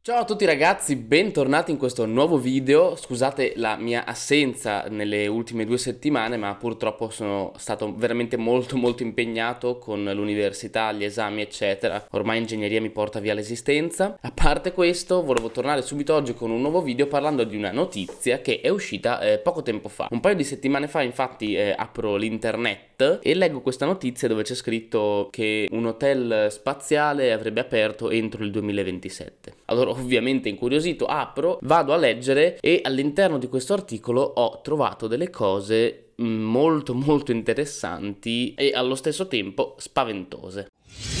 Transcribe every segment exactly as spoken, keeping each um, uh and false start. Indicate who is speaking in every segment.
Speaker 1: Ciao a tutti ragazzi, bentornati in questo nuovo video. Scusate la mia assenza nelle ultime due settimane, ma purtroppo sono stato veramente molto molto impegnato con l'università, gli esami eccetera. Ormai ingegneria mi porta via l'esistenza. A parte questo, volevo tornare subito oggi con un nuovo video parlando di una notizia che è uscita eh, poco tempo fa. Un paio di settimane fa infatti eh, apro l'internet e leggo questa notizia dove c'è scritto che un hotel spaziale avrebbe aperto entro il duemilaventisette. Allora, ovviamente incuriosito, apro, vado a leggere e all'interno di questo articolo ho trovato delle cose molto molto interessanti e allo stesso tempo spaventose.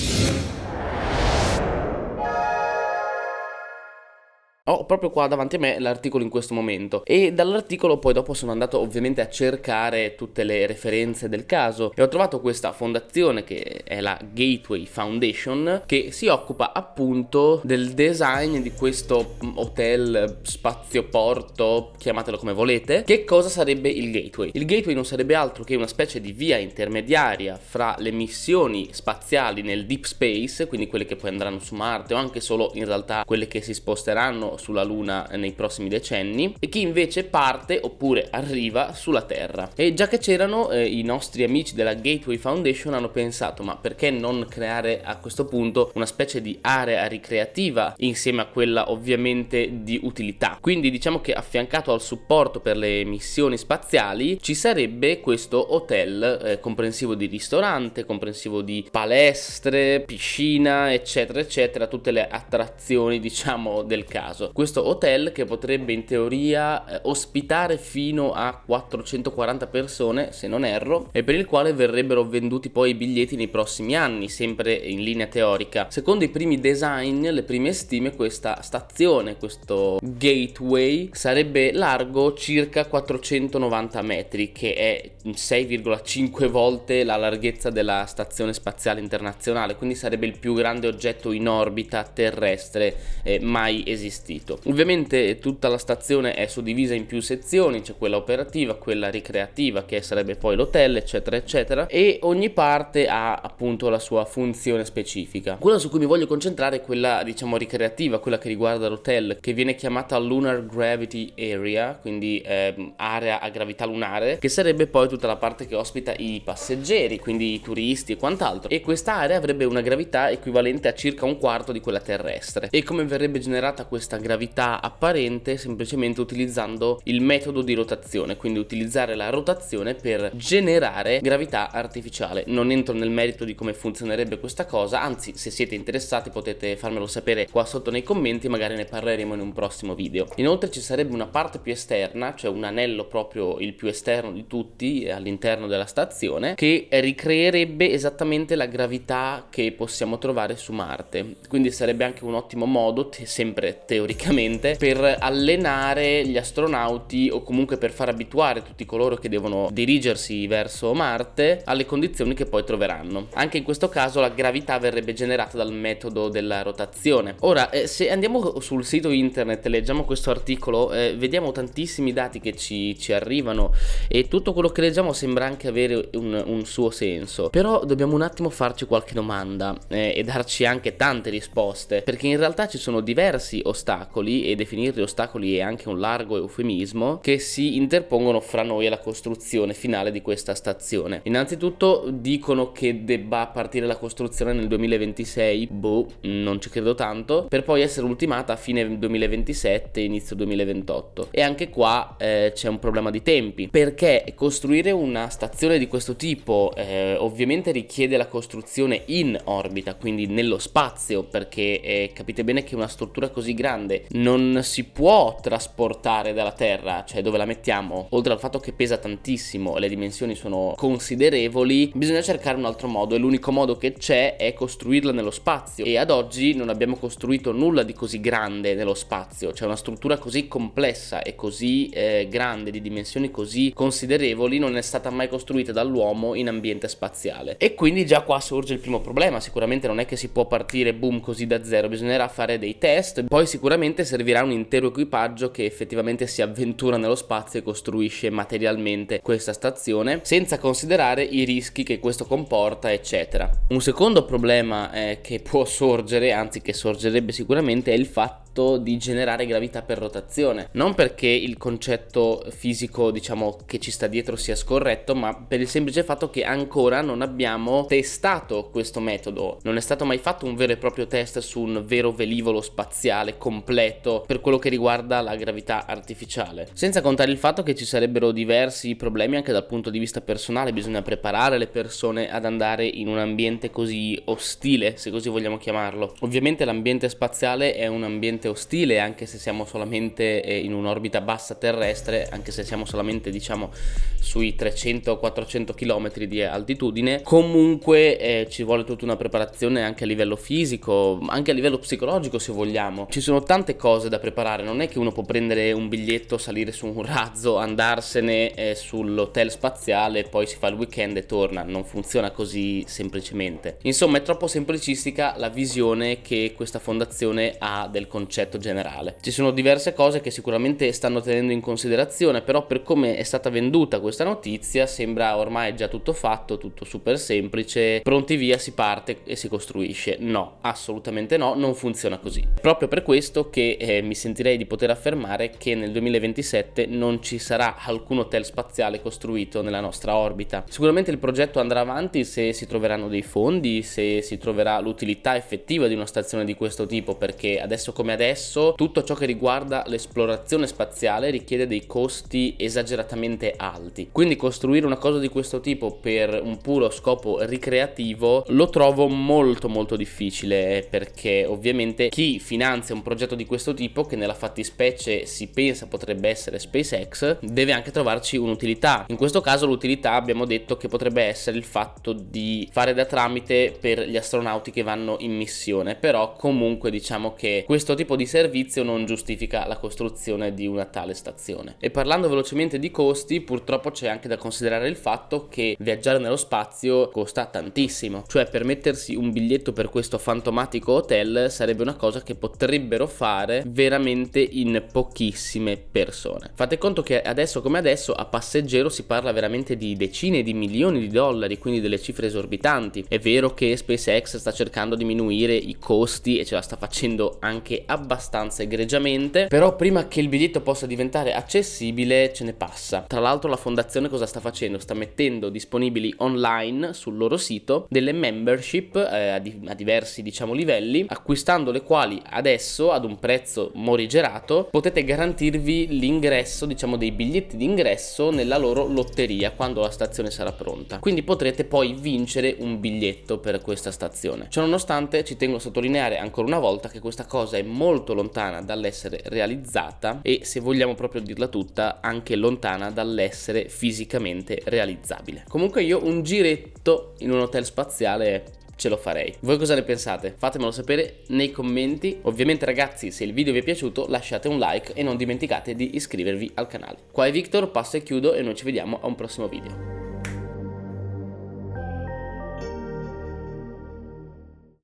Speaker 1: Ho proprio qua davanti a me l'articolo in questo momento e dall'articolo poi dopo sono andato ovviamente a cercare tutte le referenze del caso e ho trovato questa fondazione che è la Gateway Foundation, che si occupa appunto del design di questo hotel spazioporto, chiamatelo come volete. Che cosa sarebbe il Gateway? Il Gateway non sarebbe altro che una specie di via intermediaria fra le missioni spaziali nel deep space, quindi quelle che poi andranno su Marte o anche solo in realtà quelle che si sposteranno sulla Luna nei prossimi decenni, e chi invece parte oppure arriva sulla Terra. E già che c'erano, eh, i nostri amici della Gateway Foundation hanno pensato: ma perché non creare a questo punto una specie di area ricreativa insieme a quella ovviamente di utilità? Quindi diciamo che affiancato al supporto per le missioni spaziali ci sarebbe questo hotel eh, comprensivo di ristorante, comprensivo di palestre, piscina eccetera eccetera, tutte le attrazioni diciamo del caso. Questo hotel che potrebbe in teoria eh, ospitare fino a quattrocentoquaranta persone, se non erro, e per il quale verrebbero venduti poi i biglietti nei prossimi anni, sempre in linea teorica. Secondo i primi design, le prime stime, questa stazione, questo gateway, sarebbe largo circa quattrocentonovanta metri, che è sei virgola cinque volte la larghezza della stazione spaziale internazionale, quindi sarebbe il più grande oggetto in orbita terrestre eh, mai esistito. Ovviamente tutta la stazione è suddivisa in più sezioni, c'è quella operativa, quella ricreativa che sarebbe poi l'hotel eccetera eccetera, e ogni parte ha appunto la sua funzione specifica. Quella su cui mi voglio concentrare è quella diciamo ricreativa, quella che riguarda l'hotel, che viene chiamata Lunar Gravity Area, quindi eh, area a gravità lunare, che sarebbe poi tutta la parte che ospita i passeggeri, quindi i turisti e quant'altro, e questa area avrebbe una gravità equivalente a circa un quarto di quella terrestre. E come verrebbe generata questa gravità apparente? Semplicemente utilizzando il metodo di rotazione, quindi utilizzare la rotazione per generare gravità artificiale. Non entro nel merito di come funzionerebbe questa cosa, anzi se siete interessati potete farmelo sapere qua sotto nei commenti, magari ne parleremo in un prossimo video. Inoltre ci sarebbe una parte più esterna, cioè un anello proprio il più esterno di tutti all'interno della stazione, che ricreerebbe esattamente la gravità che possiamo trovare su Marte, quindi sarebbe anche un ottimo modo, te sempre teoricamente, per allenare gli astronauti o comunque per far abituare tutti coloro che devono dirigersi verso Marte alle condizioni che poi troveranno. Anche in questo caso la gravità verrebbe generata dal metodo della rotazione. Ora eh, se andiamo sul sito internet e leggiamo questo articolo, eh, vediamo tantissimi dati che ci, ci arrivano e tutto quello che leggiamo sembra anche avere un, un suo senso, però dobbiamo un attimo farci qualche domanda eh, e darci anche tante risposte, perché in realtà ci sono diversi ostacoli, e definirli ostacoli è anche un largo eufemismo, che si interpongono fra noi e la costruzione finale di questa stazione. Innanzitutto dicono che debba partire la costruzione nel duemilaventisei, boh, non ci credo tanto, per poi essere ultimata a fine duemilaventisette, inizio duemilaventotto. E anche qua eh, c'è un problema di tempi, perché costruire una stazione di questo tipo eh, ovviamente richiede la costruzione in orbita, quindi nello spazio, perché eh, capite bene che una struttura così grande non si può trasportare dalla Terra, cioè dove la mettiamo? Oltre al fatto che pesa tantissimo e le dimensioni sono considerevoli, bisogna cercare un altro modo, e l'unico modo che c'è è costruirla nello spazio, e ad oggi non abbiamo costruito nulla di così grande nello spazio, cioè una struttura così complessa e così eh, grande, di dimensioni così considerevoli, non è stata mai costruita dall'uomo in ambiente spaziale. E quindi già qua sorge il primo problema. Sicuramente non è che si può partire boom così da zero, bisognerà fare dei test, poi sicuramente servirà un intero equipaggio che effettivamente si avventura nello spazio e costruisce materialmente questa stazione, senza considerare i rischi che questo comporta eccetera. Un secondo problema eh, che può sorgere, anzi che sorgerebbe sicuramente, è il fatto fatto di generare gravità per rotazione, non perché il concetto fisico, diciamo, che ci sta dietro sia scorretto, ma per il semplice fatto che ancora non abbiamo testato questo metodo. Non è stato mai fatto un vero e proprio test su un vero velivolo spaziale completo per quello che riguarda la gravità artificiale, senza contare il fatto che ci sarebbero diversi problemi anche dal punto di vista personale. Bisogna preparare le persone ad andare in un ambiente così ostile, se così vogliamo chiamarlo. Ovviamente l'ambiente spaziale è un ambiente ostile anche se siamo solamente in un'orbita bassa terrestre, anche se siamo solamente, diciamo, sui trecento quattrocento chilometri di altitudine. Comunque eh, ci vuole tutta una preparazione anche a livello fisico, anche a livello psicologico se vogliamo. Ci sono tante cose da preparare, non è che uno può prendere un biglietto, salire su un razzo, andarsene eh, sull'hotel spaziale, poi si fa il weekend e torna. Non funziona così semplicemente. Insomma, è troppo semplicistica la visione che questa fondazione ha del concetto generale. Ci sono diverse cose che sicuramente stanno tenendo in considerazione, però per come è stata venduta questa notizia sembra ormai già tutto fatto, tutto super semplice, pronti via, si parte e si costruisce. No, assolutamente no, non funziona così. Proprio per questo che eh, mi sentirei di poter affermare che nel duemilaventisette non ci sarà alcun hotel spaziale costruito nella nostra orbita. Sicuramente il progetto andrà avanti se si troveranno dei fondi, se si troverà l'utilità effettiva di una stazione di questo tipo, perché adesso come adesso tutto ciò che riguarda l'esplorazione spaziale richiede dei costi esageratamente alti. Quindi costruire una cosa di questo tipo per un puro scopo ricreativo lo trovo molto molto difficile, perché ovviamente chi finanzia un progetto di questo tipo, che nella fattispecie si pensa potrebbe essere SpaceX, deve anche trovarci un'utilità. In questo caso l'utilità abbiamo detto che potrebbe essere il fatto di fare da tramite per gli astronauti che vanno in missione, però comunque diciamo che questo tipo di servizio non giustifica la costruzione di una tale stazione. E parlando velocemente di costi, purtroppo c'è anche da considerare il fatto che viaggiare nello spazio costa tantissimo, cioè per mettersi un biglietto per questo fantomatico hotel sarebbe una cosa che potrebbero fare veramente in pochissime persone. Fate conto che adesso come adesso a passeggero si parla veramente di decine di milioni di dollari, quindi delle cifre esorbitanti. È vero che SpaceX sta cercando di diminuire i costi e ce la sta facendo anche abbastanza egregiamente, però prima che il biglietto possa diventare accessibile ce ne passa. Tra l'altro la fondazione cosa sta facendo? Sta mettendo disponibili online sul loro sito delle membership eh, a, di- a diversi, diciamo, livelli, acquistando le quali adesso ad un prezzo morigerato potete garantirvi l'ingresso, diciamo, dei biglietti d'ingresso nella loro lotteria quando la stazione sarà pronta. Quindi potrete poi vincere un biglietto per questa stazione. Ciononostante ci tengo a sottolineare ancora una volta che questa cosa è molto lontana dall'essere realizzata e, se vogliamo proprio dirla tutta, anche lontana dall'essere fisicamente realizzabile. Comunque io un giretto in un hotel spaziale ce lo farei. Voi cosa ne pensate? Fatemelo sapere nei commenti. Ovviamente ragazzi, se il video vi è piaciuto lasciate un like e non dimenticate di iscrivervi al canale. Qua è Victor, passo e chiudo e noi ci vediamo a un prossimo video.